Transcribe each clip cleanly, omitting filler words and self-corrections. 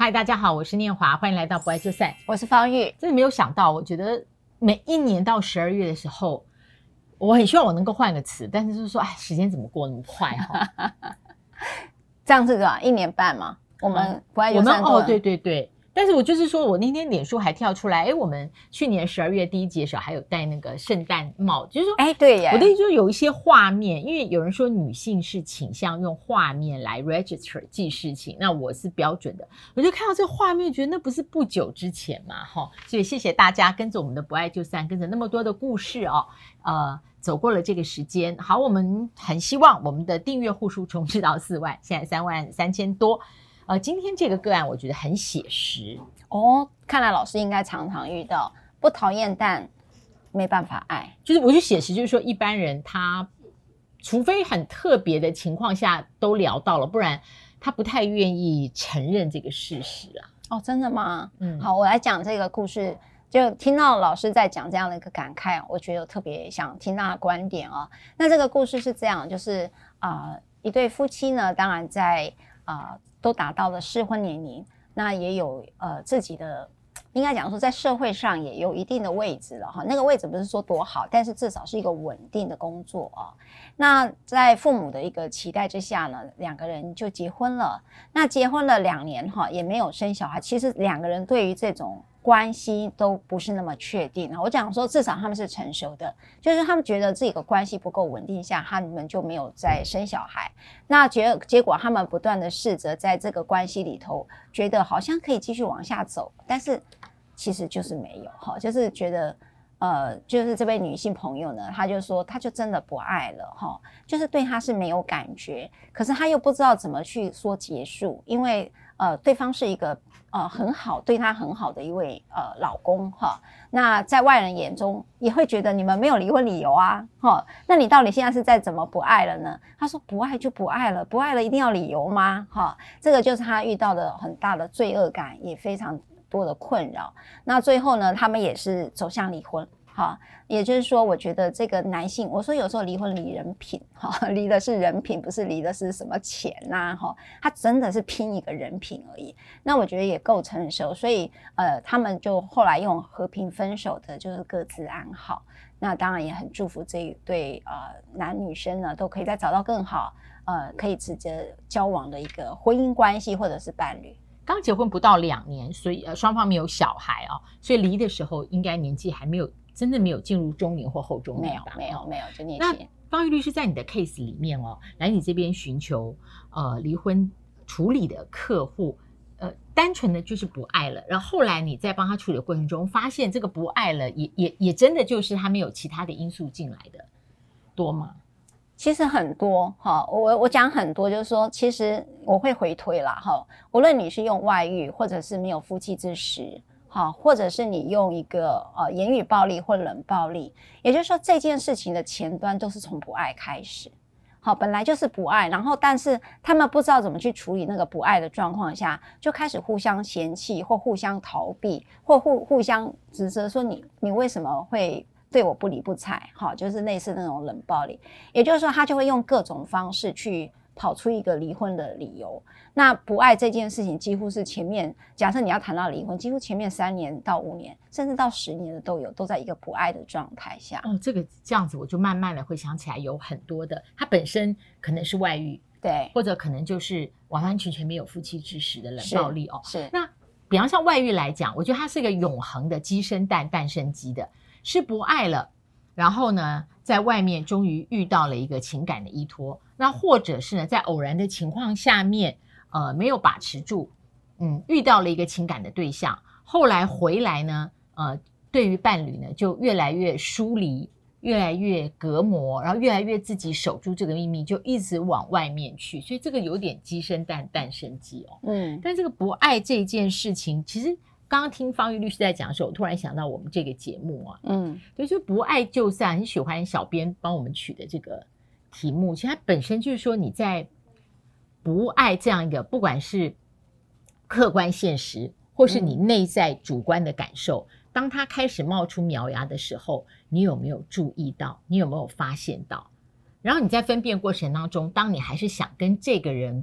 嗨，大家好，我是念华，欢迎来到不爱就散。 我是方玉。 真的没有想到，我觉得每一年到12月的时候，我很希望我能够换个词，但是就是说，哎，时间怎么过那么快哈？ 这样子的1年半嘛，我们不爱就散哦，对对对。但是我就是说我那天脸书还跳出来，哎，我们去年12月第一集的时候还有戴那个圣诞帽，就是说， 哎，对耶， 我的意思说有一些画面，因为有人说女性是倾向用画面来 register 记事情，那我是标准的，我就看到这个画面，觉得那不是不久之前嘛，哈，所以谢谢大家跟着我们的不爱就散，跟着那么多的故事哦，走过了这个时间。好，我们很希望我们的订阅户数冲至到4万，现在3万3千多。今天这个个案我觉得很写实哦，看来老师应该常常遇到不讨厌但没办法爱， 就是我觉得写实就是说一般人他除非很特别的情况下都聊到了，不然他不太愿意承认这个事实啊。 哦，真的吗？好，我来讲这个故事，就听到老师在讲这样的一个感慨，我觉得特别想听他的观点哦。那这个故事是这样，就是一对夫妻呢，当然在都达到了适婚年龄，那也有自己的，应该讲说在社会上也有一定的位置了哈。那个位置不是说多好，但是至少是一个稳定的工作啊。那在父母的一个期待之下呢，2个人就结婚了。那结婚了2年哈，也没有生小孩。其实2个人对于这种关系都不是那么确定。我讲说至少他们是成熟的，就是他们觉得自己的关系不够稳定下，他们就没有再生小孩。那结果他们不断的试着在这个关系里头觉得好像可以继续往下走，但是其实就是没有哈，就是觉得就是这位女性朋友呢，她就说她就真的不爱了哈，就是对她是没有感觉，可是她又不知道怎么去说结束，因为对方是一个很好对她很好的一位老公哈，那在外人眼中也会觉得你们没有离婚理由啊哈，那你到底现在是在怎么不爱了呢？她说不爱就不爱了，不爱了一定要理由吗？哈，这个就是她遇到的很大的罪恶感，也非常多的困扰。那最后呢，他们也是走向离婚。好，也就是说，我觉得这个男性，我说有时候离婚离人品，哈，离的是人品，不是离的是什么钱呐，哈，他真的是拼一个人品而已。那我觉得也够成熟，所以他们就后来用和平分手的，就是各自安好。那当然也很祝福这一对男女生呢，都可以再找到更好可以直接交往的一个婚姻关系或者是伴侣。 刚结婚不到2年，所以双方没有小孩啊，所以离的时候应该年纪还没有真的没有进入中年或后中年吧？ 没有，就年轻。 那方玉律师在你的 case 里面哦，来你这边寻求离婚处理的客户，单纯的就是不爱了，然后后来你在帮他处理的过程中，发现这个不爱了也真的就是他没有其他的因素进来的，多吗？ 其实很多哈，我讲很多，就是说，其实我会回推啦哈。无论你是用外遇，或者是没有夫妻之实，好，或者是你用一个言语暴力或冷暴力，也就是说，这件事情的前端都是从不爱开始。好，本来就是不爱，然后但是他们不知道怎么去处理那个不爱的状况下，就开始互相嫌弃，或互相逃避，或互相指责说你为什么会对我不理不睬，好，就是类似那种冷暴力。也就是说，他就会用各种方式去跑出一个离婚的理由。那不爱这件事情，几乎是前面假设你要谈到离婚，几乎前面3年到5年，甚至到10年的都有，都在一个不爱的状态下。 这样子，我就慢慢的会想起来，有很多的，他本身可能是外遇， 对， 或者可能就是完完全全没有夫妻之实的冷暴力哦。 是。 那比方像外遇来讲，我觉得它是一个永恒的鸡生蛋，蛋生鸡的。是不爱了，然后呢，在外面终于遇到了一个情感的依托，那或者是呢，在偶然的情况下面，没有把持住，遇到了一个情感的对象，后来回来呢，对于伴侣呢，就越来越疏离，越来越隔膜，然后越来越自己守住这个秘密，就一直往外面去，所以这个有点鸡生蛋，蛋生鸡哦。但这个不爱这件事情，其实刚刚听方玉律师在讲的时候，我突然想到我们这个节目啊，就是不爱就散，很喜欢小编帮我们取的这个题目，其实它本身就是说你在不爱这样一个，不管是客观现实，或是你内在主观的感受，当它开始冒出苗芽的时候，你有没有注意到？你有没有发现到？然后你在分辨过程当中，当你还是想跟这个人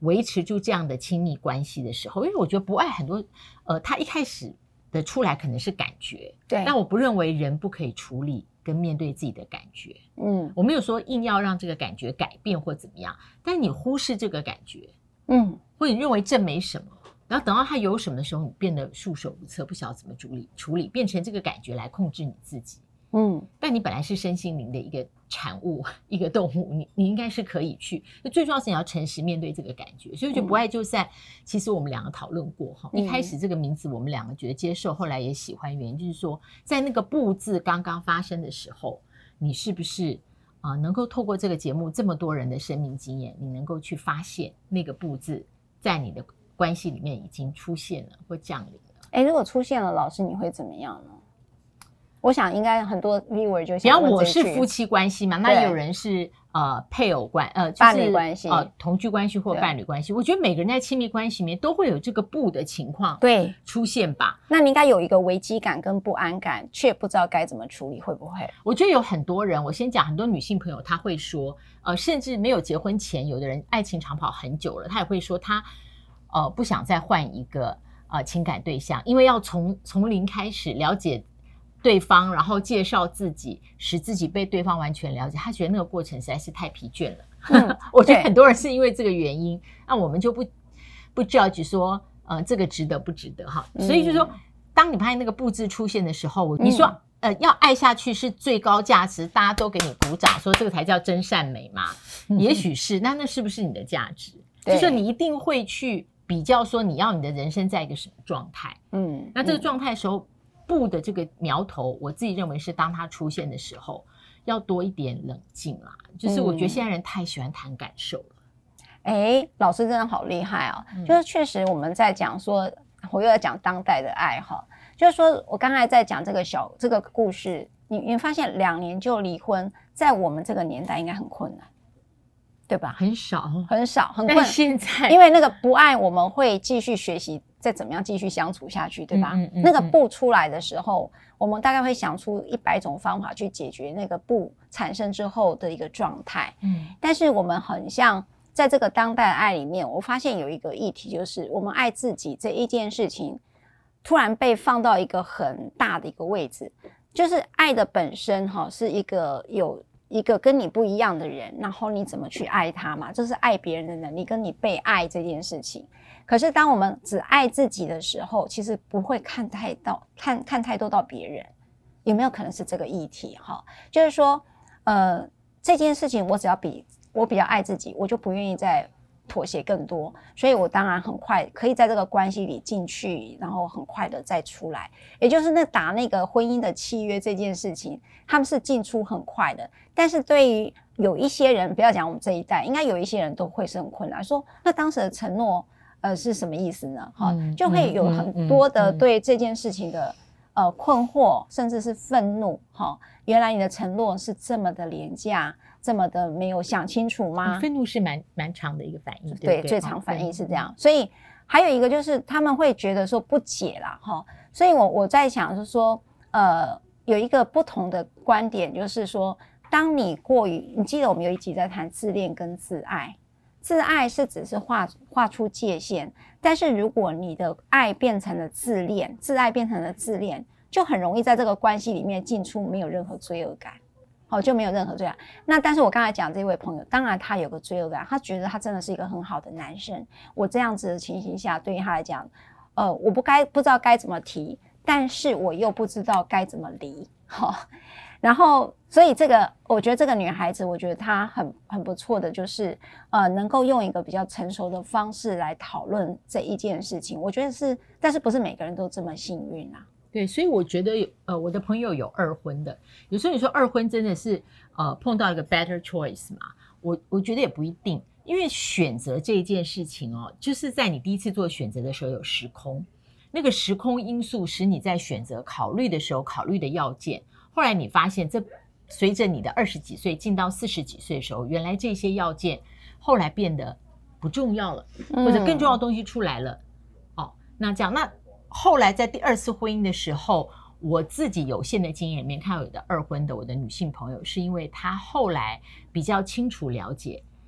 维持住这样的亲密关系的时候，因为我觉得不爱很多他一开始的出来可能是感觉， 对， 但我不认为人不可以处理跟面对自己的感觉。我没有说硬要让这个感觉改变或怎么样，但你忽视这个感觉，或者你认为这没什么，然后等到他有什么的时候，你变得束手无策，不晓得怎么处理，变成这个感觉来控制你自己。但你本来是身心灵的一个产物，一个动物，你应该是可以去。最重要是你要诚实面对这个感觉。所以我觉得不爱就散，其实我们两个讨论过哈。一开始这个名字我们两个觉得接受，后来也喜欢，原因就是说，在那个不字刚刚发生的时候，你是不是能够透过这个节目这么多人的生命经验，你能够去发现那个不字在你的关系里面已经出现了或降临了。 如果出现了，老师你会怎么样呢？我想应该很多 viewer 就想问这句， 比方我是夫妻关系嘛，那也有人是配偶就是伴侣关系， 同居关系或伴侣关系。我觉得每个人在亲密关系里面都会有这个不的情况对出现吧。 那你应该有一个危机感跟不安感，却不知道该怎么处理，会不会？ 我觉得有很多人，我先讲很多女性朋友，她会说甚至没有结婚前，有的人爱情长跑很久了，她也会说她不想再换一个情感对象，因为要从零开始了解对方，然后介绍自己，使自己被对方完全了解，他觉得那个过程实在是太疲倦了。我觉得很多人是因为这个原因，那我们就不 judge 说这个值得不值得哈。所以就是说，当你发现那个不字出现的时候，你说要爱下去是最高价值，大家都给你鼓掌，说这个才叫真善美嘛。也许是，那是不是你的价值？就是说你一定会去比较说你要你的人生在一个什么状态。那这个状态的时候，不的这个苗头，我自己认为是当它出现的时候，要多一点冷静啦。就是我觉得现在人太喜欢谈感受了。 老师真的好厉害哦！就是确实我们在讲说，我又在讲当代的爱哈，就是说我刚才在讲这个故事，你发现2年就离婚，在我们这个年代应该很困难，对吧？ 很少， 很困难。 现在因为那个不爱，我们会继续学习。再怎么样继续相处下去，对吧？那个不出来的时候，我们大概会想出100种方法去解决那个不产生之后的一个状态。但是我们很像在这个当代的爱里面，我发现有一个议题，就是我们爱自己这一件事情，突然被放到一个很大的一个位置，就是爱的本身是有一个跟你不一样的人，然后你怎么去爱他嘛？这是爱别人的能力，跟你被爱这件事情。可是当我们只爱自己的时候，其实不会看太多到别人。有没有可能是这个议题就是说这件事情我比较爱自己，我就不愿意再妥协更多，所以我当然很快可以在这个关系里进去，然后很快的再出来。也就是打那个婚姻的契约这件事情，他们是进出很快的。但是对于有一些人，不要讲我们这一代，应该有一些人都会是很困难，说那当时的承诺是什么意思呢？就会有很多的对这件事情的困惑，甚至是愤怒。原来你的承诺是这么的廉价，这么的没有想清楚吗？ 愤怒是蛮长的一个反应， 对，最长反应是这样。所以还有一个就是他们会觉得说不解啦，所以我在想是说有一个不同的观点，就是说当你记得我们有一集在谈自恋跟自爱。自爱是只是画出界限，但是如果你的爱变成了自恋，自爱变成了自恋，就很容易在这个关系里面进出没有任何罪恶感，就没有任何罪恶感。那但是我刚才讲这位朋友，当然他有个罪恶感，他觉得他真的是一个很好的男生，我这样子的情形下，对于他来讲，我不知道该怎么提，但是我又不知道该怎么离，然后所以我觉得这个女孩子，我觉得她很不错的，就是能够用一个比较成熟的方式来讨论这一件事情，我觉得是，但是不是每个人都这么幸运啊。 对，所以我觉得我的朋友有2婚的，有时候你说2婚真的是碰到一个 better choice 嘛，我觉得也不一定，因为选择这一件事情就是在你第一次做选择的时候有时空，那个时空因素使你在选择考虑的时候考虑的要件，后来你发现随着你的20几岁进到40几岁的时候，原来这些要件后来变得不重要了，或者更重要的东西出来了。那这样，那后来在第2次婚姻的时候，我自己有限的经验里面看到有的2婚的我的女性朋友，是因为她后来比较清楚了解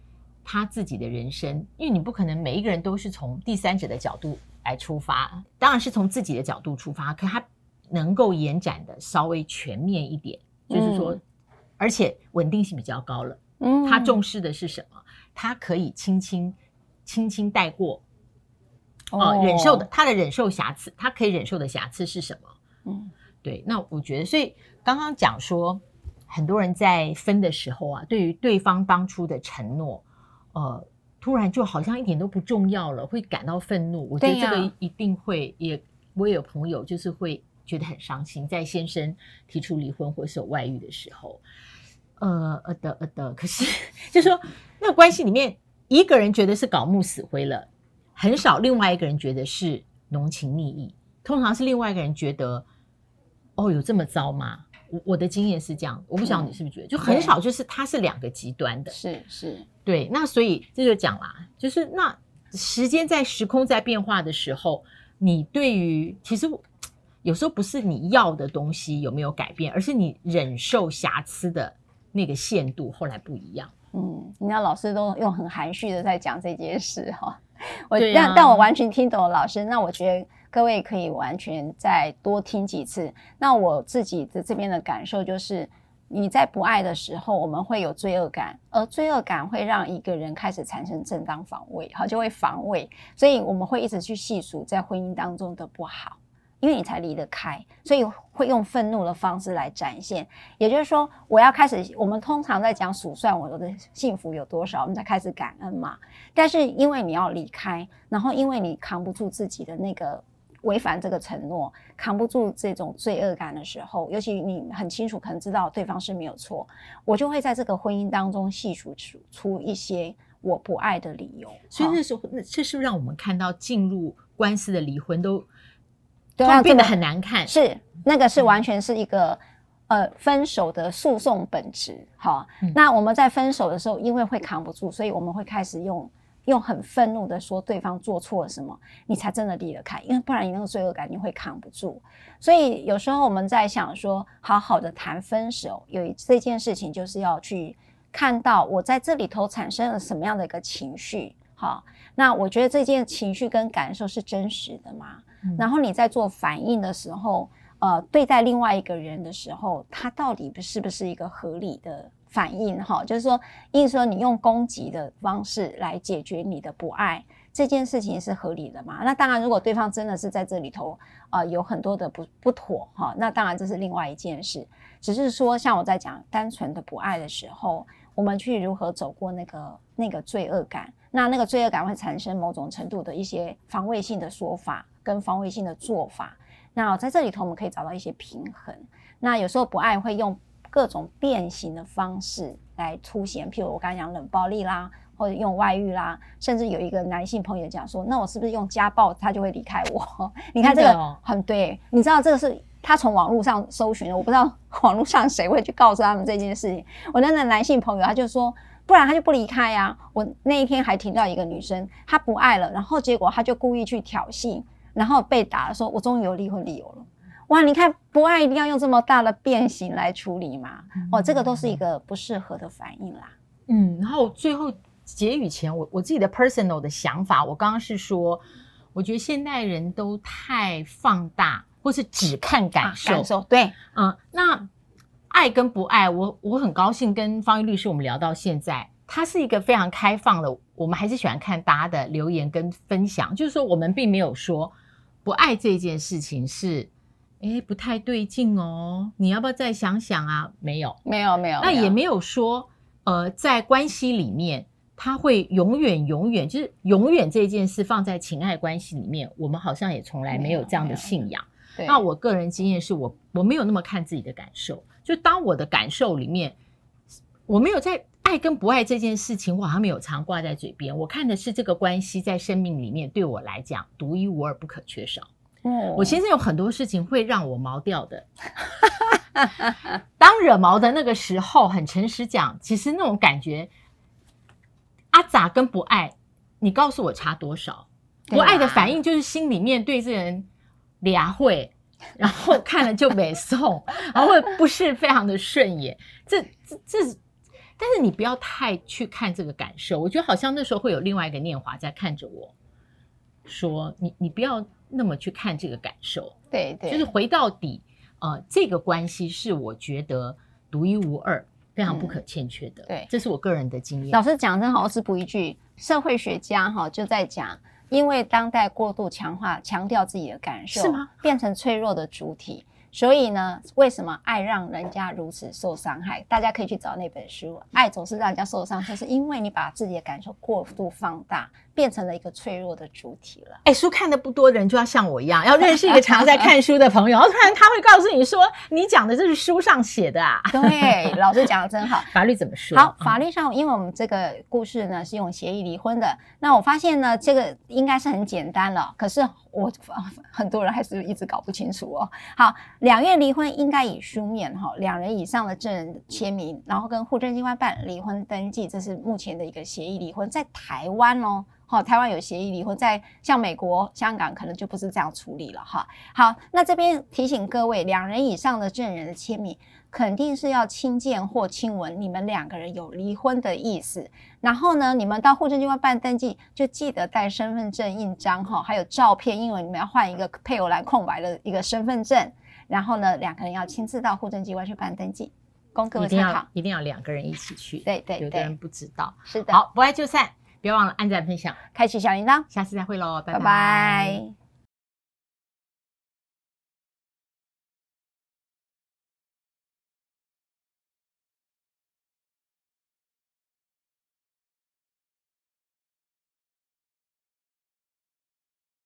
他自己的人生，因为你不可能每一个人都是从第三者的角度来出发，当然是从自己的角度出发，可他能够延展的稍微全面一点，就是说，而且稳定性比较高了。他重视的是什么？他可以轻轻带过，忍受的他的忍受瑕疵，他可以忍受的瑕疵是什么？对，那我觉得，所以刚刚讲说，很多人在分的时候啊，对于对方当初的承诺，突然就好像一点都不重要了，会感到愤怒。我觉得这个一定会，我也有朋友就是会觉得很伤心，在先生提出离婚或是有外遇的时候，可是就是说，那个关系里面，一个人觉得是槁木死灰了，很少另外一个人觉得是浓情蜜意，通常是另外一个人觉得，有这么糟吗？我的经验是这样，我不晓得你是不是觉得，就很少，就是它是两个极端的， 是， 对。那所以这就讲啦，就是那时空在变化的时候，你对于其实有时候不是你要的东西有没有改变，而是你忍受瑕疵的那个限度后来不一样。 你看老师都用很含蓄的在讲这件事哈， 但我完全听懂了老师。那我觉得各位可以完全再多听几次。那我自己的这边的感受就是，你在不爱的时候，我们会有罪恶感，而罪恶感会让一个人开始产生正当防卫，就会防卫，所以我们会一直去细数在婚姻当中的不好。因为你才离得开，所以会用愤怒的方式来展现。也就是说，我们通常在讲数算我的幸福有多少，我们才开始感恩嘛。但是因为你要离开，然后因为你扛不住自己的那个违反这个承诺，扛不住这种罪恶感的时候，尤其你很清楚可能知道对方是没有错，我就会在这个婚姻当中细数出一些我不爱的理由。 所以那时候，这是让我们看到进入官司的离婚都变得很难看， 是那个是完全是一个分手的诉讼本质。好，那我们在分手的时候，因为会扛不住，所以我们会开始用很愤怒的说对方做错了什么，你才真的离得开，因为不然你那个罪恶感你会扛不住。所以有时候我们在想说，好好的谈分手，有这件事情就是要去看到我在这里头产生了什么样的一个情绪。好，那我觉得这件情绪跟感受是真实的嘛？然后你在做反应的时候，对待另外一个人的时候，他到底是不是一个合理的反应？就是说，意思说你用攻击的方式来解决你的不爱，这件事情是合理的嘛？那当然，如果对方真的是在这里头有很多的不妥那当然这是另外一件事。只是说，像我在讲单纯的不爱的时候，我们去如何走过那个罪恶感，那个罪恶感会产生某种程度的一些防卫性的说法跟防卫性的做法。那在这里头我们可以找到一些平衡。那有时候不爱会用各种变形的方式来凸显，譬如我刚才讲冷暴力啦，或者用外遇啦，甚至有一个男性朋友讲说，那我是不是用家暴他就会离开我？你看这个很对，你知道这个是他从网络上搜寻的，我不知道网络上谁会去告诉他们这件事情。我那个男性朋友他就说，不然他就不离开啊。我那一天还听到一个女生，她不爱了，然后结果她就故意去挑衅，然后被打了，说我终于有离婚理由了。哇，你看不爱一定要用这么大的变形来处理嘛？这个都是一个不适合的反应啦。 然后最后结语前，我自己的 personal 的想法，我刚刚是说，我觉得现代人都太放大，或是只看感受。 对， 那爱跟不爱，我很高兴跟方玉律师我们聊到现在，它是一个非常开放的，我们还是喜欢看大家的留言跟分享，就是说我们并没有说不爱这件事情是不太对劲哦，你要不要再想想啊？没有，那也没有说在关系里面他会永远就是永远这件事放在情爱关系里面，我们好像也从来没有这样的信仰。那我个人经验是我没有那么看自己的感受，就当我的感受里面，我没有在爱跟不爱这件事情，我好像没有常挂在嘴边，我看的是这个关系在生命里面对我来讲独一无二不可缺少。我先生有很多事情会让我毛掉的当惹毛的那个时候，很诚实讲，其实那种感觉阿杂跟不爱，你告诉我差多少？不爱的反应就是心里面对这个人俩会，然后看了就没送，然后不是非常的顺眼。 但是你不要太去看这个感受，我觉得好像那时候会有另外一个念华在看着我说，你不要那么去看这个感受， 对对， 就是回到底，这个关系是我觉得独一无二。非常不可欠缺的， 对， 这是我个人的经验。 老师讲真好，我只补一句，社会学家就在讲，因为当代过度强调自己的感受， 是吗？ 变成脆弱的主体，所以呢，为什么爱让人家如此受伤害？大家可以去找那本书，爱总是让人家受伤，就是因为你把自己的感受过度放大，变成了一个脆弱的主体了。 书看的不多的人就要像我一样，要认识一个常在看书的朋友，然后突然他会告诉你说，你讲的这是书上写的啊。 对，老师讲的真好。 法律怎么说？ 好，法律上，因为我们这个故事呢是用协议离婚的，那我发现呢，这个应该是很简单了，可是很多人还是一直搞不清楚哦。好，2愿离婚应该以书面2人以上的证人签名，然后跟户政机关办离婚登记，这是目前的一个协议离婚。在台湾台湾有协议离婚，在像美国、香港可能就不是这样处理了哈。好，那这边提醒各位，2人以上的证人的签名肯定是要亲见或亲闻，你们2个人有离婚的意思。然后呢，你们到户政机关办登记，就记得带身份证印章还有照片，因为你们要换一个配偶栏空白的一个身份证。然后呢，2个人要亲自到户政机关去办登记，供各位参考。 一定要2个人一起去。 对对对， 有的人不知道。 是的。 好，不爱就散，别忘了按赞分享， 开启小铃铛， 下次再会喽，拜拜拜。